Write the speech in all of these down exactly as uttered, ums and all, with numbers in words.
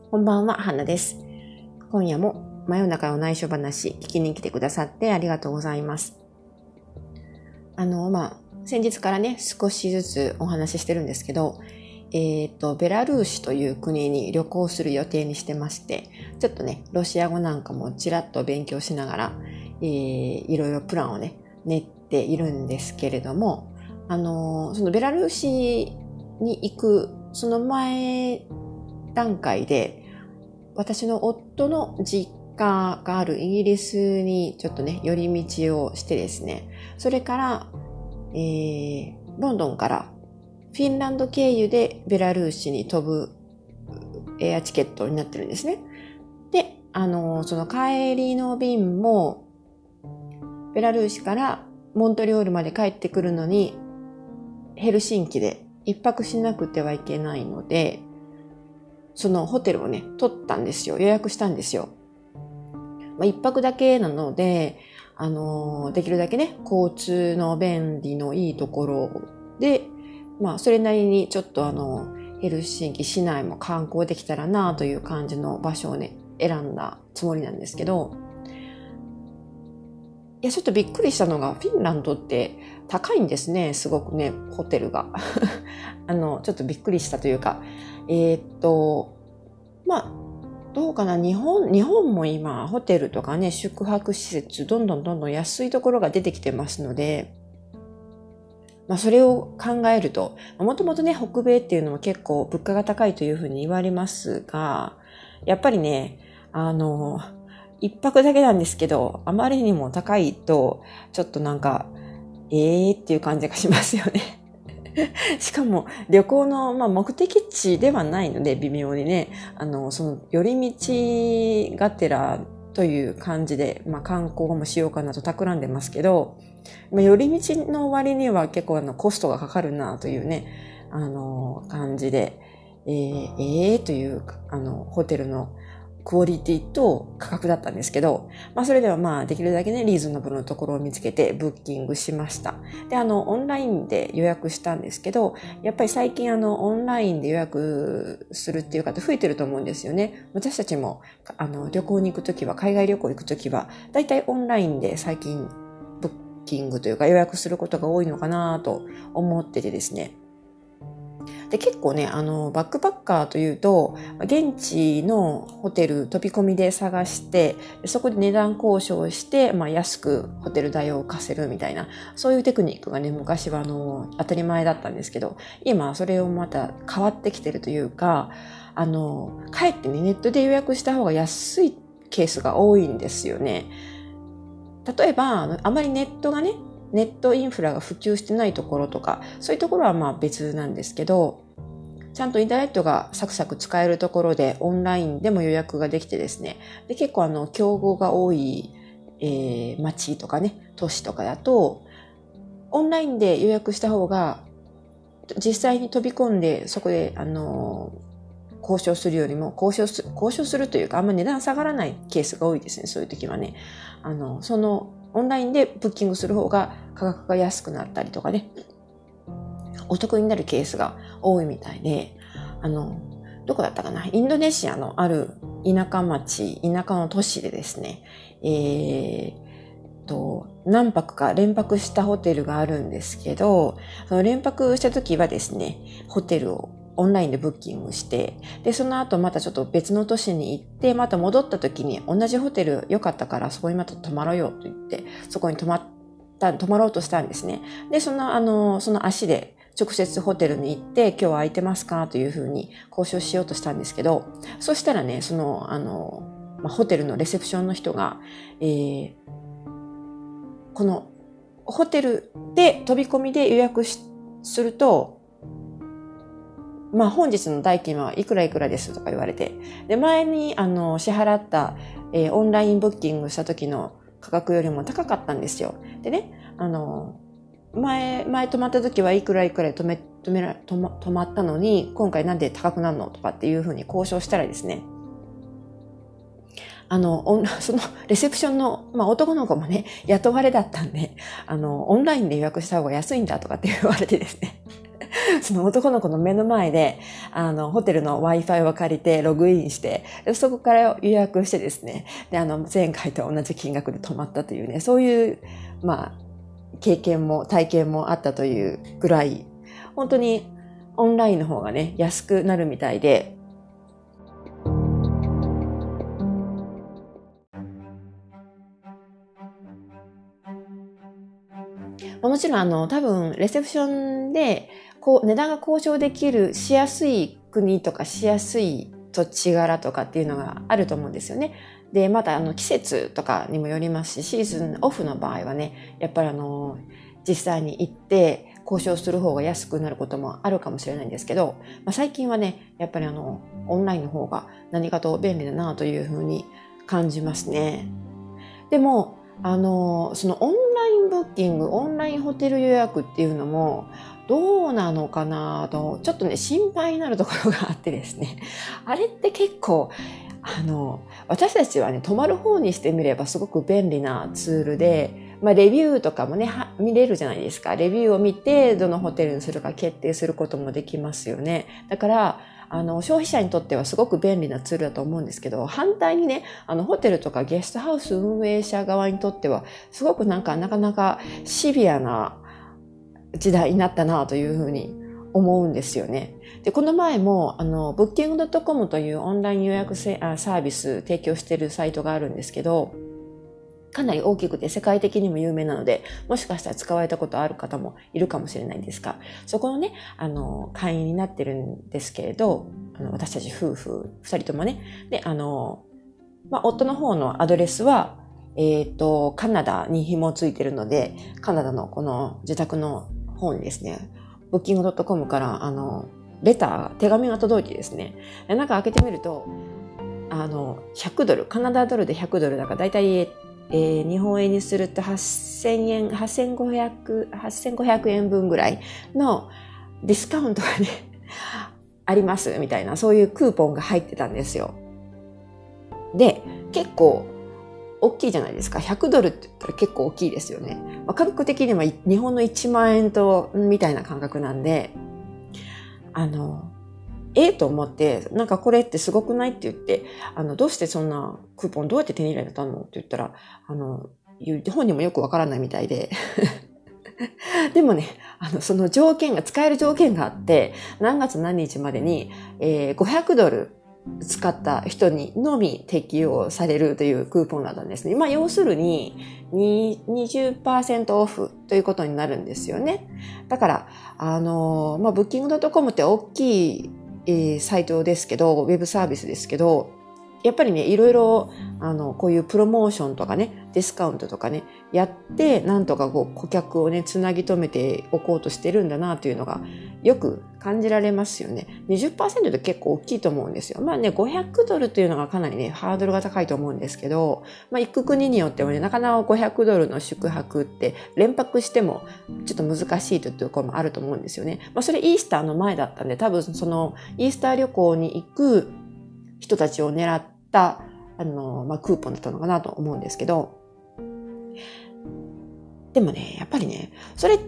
こんばんは、花です。今夜も真夜中の内緒話聞きに来てくださってありがとうございます。あの、まあ、先日からね、少しずつお話ししてるんですけど、えっと、ベラルーシという国に旅行する予定にしてまして、ちょっとね、ロシア語なんかもちらっと勉強しながら、えー、いろいろプランをね、練っているんですけれども、あの、そのベラルーシに行く、その前段階で、私の夫の実家があるイギリスにちょっとね、寄り道をしてですね、それから、えー、ロンドンからフィンランド経由でベラルーシに飛ぶエアチケットになってるんですね。で、あの、その帰りの便も、ベラルーシからモントリオールまで帰ってくるのに、ヘルシンキで一泊しなくてはいけないので、そのホテルをね、取ったんですよ。予約したんですよ。まあ、一泊だけなので、あの、できるだけね、交通の便利のいいところで、まあ、それなりにちょっとあの、ヘルシンキ市内も観光できたらなという感じの場所をね、選んだつもりなんですけど、いや、ちょっとびっくりしたのが、フィンランドって高いんですね、すごくね、ホテルが。あの、ちょっとびっくりしたというか、えー、っと、まあ、どうかな、日本、日本も今、ホテルとかね、宿泊施設、どんどんどんどん安いところが出てきてますので、まあ、それを考えると、もともとね、北米っていうのも結構物価が高いというふうに言われますが、やっぱりね、あの、一泊だけなんですけど、あまりにも高いと、ちょっとなんか、えーっていう感じがしますよね。しかも旅行の、まあ、目的地ではないので、微妙にね、あの、その寄り道がてらという感じで、まあ、観光もしようかなと企んでますけど、まあ、寄り道の割には結構あのコストがかかるなというね、あの、感じで、えー、えーというあのホテルのクオリティと価格だったんですけど、まあそれではまあできるだけね、リーズナブルなところを見つけてブッキングしました。で、あの、オンラインで予約したんですけど、やっぱり最近あの、オンラインで予約するっていう方増えてると思うんですよね。私たちも、あの、旅行に行くときは、海外旅行行くときは、だいたいオンラインで最近ブッキングというか予約することが多いのかなと思っててですね。で、結構ね、あの、バックパッカーというと、現地のホテル飛び込みで探して、そこで値段交渉して、まあ、安くホテル代を貸せるみたいな、そういうテクニックがね、昔はあの、当たり前だったんですけど、今それをまた変わってきてるというか、あの、かえってね、ネットで予約した方が安いケースが多いんですよね。例えば、あまりネットがね、ネットインフラが普及してないところとか、そういうところはまあ別なんですけど、ちゃんとインターネットがサクサク使えるところでオンラインでも予約ができてですね、で結構あの競合が多い、えー、町とかね、都市とかだと、オンラインで予約した方が実際に飛び込んでそこであの交渉するよりも交渉す交渉するというか、あんまり値段下がらないケースが多いですね。そういう時はね、あのそのオンラインでブッキングする方が価格が安くなったりとかね、お得になるケースが多いみたいで、あの、どこだったかな、インドネシアのある田舎町、田舎の都市でですね、えー、と、何泊か連泊したホテルがあるんですけど、その連泊した時はですね、ホテルをオンラインでブッキングして、で、その後またちょっと別の都市に行って、また戻った時に同じホテル良かったからそこにまた泊まろうよと言って、そこに泊まった、泊まろうとしたんですね。で、その、あの、その足で直接ホテルに行って、今日は空いてますかというふうに交渉しようとしたんですけど、そしたらね、その、あの、まあ、ホテルのレセプションの人が、えー、このホテルで飛び込みで予約しすると、まあ本日の代金はいくらいくらですとか言われて、で前にあの支払った、えー、オンラインブッキングした時の価格よりも高かったんですよ。でね、あの前前泊まった時はいくらいくらで止め止めら止ま止まったのに、今回なんで高くなるのとかっていうふうに交渉したらですね、あの、そのレセプションの、まあ、男の子もね、雇われだったんで、あの、オンラインで予約した方が安いんだとかって言われてですね。 その男の子の目の前で、あの、ホテルの Wi-Fi を借りてログインして、そこから予約してですね、で、あの、前回と同じ金額で泊まったというね、そういう、まあ、経験も体験もあったというぐらい、本当にオンラインの方がね、安くなるみたいで、もちろんあの、多分レセプションでこう値段が交渉できるしやすい国とかしやすい土地柄とかっていうのがあると思うんですよね。で、またあの季節とかにもよりますし、シーズンオフの場合はね、やっぱりあの、実際に行って交渉する方が安くなることもあるかもしれないんですけど、まあ、最近はね、やっぱりあの、オンラインの方が何かと便利だなというふうに感じますね。でも、あの、そのオンラインブッキング、オンラインホテル予約っていうのも、どうなのかなと、ちょっとね、心配になるところがあってですね。あれって結構、あの、私たちはね、泊まる方にしてみればすごく便利なツールで、まあ、レビューとかもね、見れるじゃないですか。レビューを見て、どのホテルにするか決定することもできますよね。だから、あの、消費者にとってはすごく便利なツールだと思うんですけど、反対にね、あの、ホテルとかゲストハウス運営者側にとっては、すごくなんか、なかなかシビアな時代になったなというふうに思うんですよね。で、この前も、あの、ブッキングドットコム というオンライン予約サービス提供しているサイトがあるんですけど、かなり大きくて世界的にも有名なので、もしかしたら使われたことある方もいるかもしれないんですが、そこのね、あの、会員になってるんですけれど、あの私たち夫婦、二人ともね、で、あの、まあ、夫の方のアドレスは、えっと、カナダに紐ついてるので、カナダのこの自宅の方にですね、ブッキングドットコム から、あの、レター、手紙が届いてですね、中開けてみると、あの、ひゃくドル、カナダドルでひゃくドルだから、だいたいえー、日本円にするとはっせんえん、はっせんごひゃく、はっせんごひゃくえん分ぐらいのディスカウントがね、ありますみたいな、そういうクーポンが入ってたんですよ。で、結構大きいじゃないですか。ひゃくドルって言ったら結構大きいですよね。まあ、感覚的には日本のいちまんえんと、みたいな感覚なんで、あの、ええと思って、なんかこれってすごくないって言って、あの、どうしてそんなクーポンどうやって手に入れたのって言ったら、あの、本人もよくわからないみたいで。でもね、あの、その条件が、使える条件があって、何月何日までに、えー、ごひゃくドル使った人にのみ適用されるというクーポンだったんですね。まあ、要するに、にじゅっパーセント オフということになるんですよね。だから、あの、まあ、ブッキングドットコム って大きいえー、サイトですけど、ウェブサービスですけど、やっぱりね、いろいろ、あの、こういうプロモーションとかね、ディスカウントとかね、やって、なんとかこう、顧客をね、つなぎ止めておこうとしてるんだなというのが、よく感じられますよね。にじゅっパーセント って結構大きいと思うんですよ。まあね、ごひゃくドルというのがかなりね、ハードルが高いと思うんですけど、まあ、行く国によってはね、なかなかごひゃくドルの宿泊って連泊してもちょっと難しいというところもあると思うんですよね。まあ、それイースターの前だったんで、多分そのイースター旅行に行く人たちを狙った、あの、まあ、クーポンだったのかなと思うんですけど、でもね、やっぱりね、それって、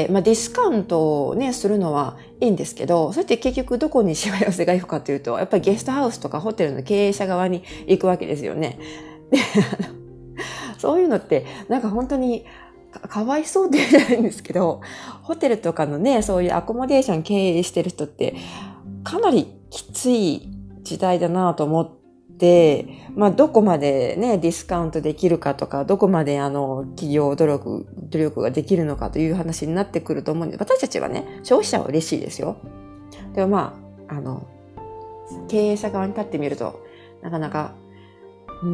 まあ、ディスカウントをね、するのはいいんですけど、それって結局どこにしわ寄せがいくかというと、やっぱりゲストハウスとかホテルの経営者側に行くわけですよね。で、そういうのって、なんか本当にか、かわいそうって言うんじゃないんですけど、ホテルとかのね、そういうアコモデーション経営してる人って、かなりきつい時代だなと思って、で、まあ、どこまでね、ディスカウントできるかとか、どこまであの、企業努力、努力ができるのかという話になってくると思うんで、私たちはね、消費者は嬉しいですよ。でもまあ、あの、経営者側に立ってみると、なかなか、うん、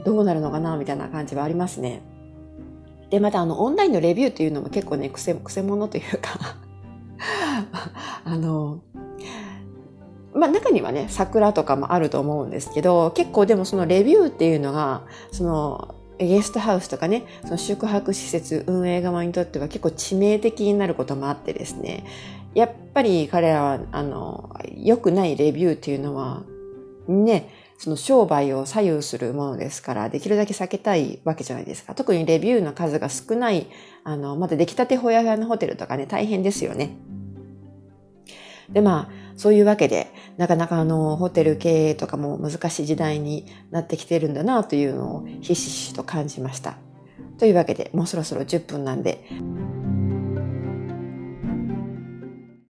どうなるのかな、みたいな感じはありますね。で、またあの、オンラインのレビューっていうのも結構ね、くせ、くせ者というか、あの、まあ中にはね、桜とかもあると思うんですけど、結構でもそのレビューっていうのが、そのゲストハウスとかね、その宿泊施設運営側にとっては結構致命的になることもあってですね、やっぱり彼らは、あの、良くないレビューっていうのは、ね、その商売を左右するものですから、できるだけ避けたいわけじゃないですか。特にレビューの数が少ない、あの、まだ出来たてほやほやのホテルとかね、大変ですよね。 でまあそういうわけでなかなかあのホテル経営とかも難しい時代になってきてるんだなというのをひしひしと感じました。というわけでもうそろそろじゅっぷんなんで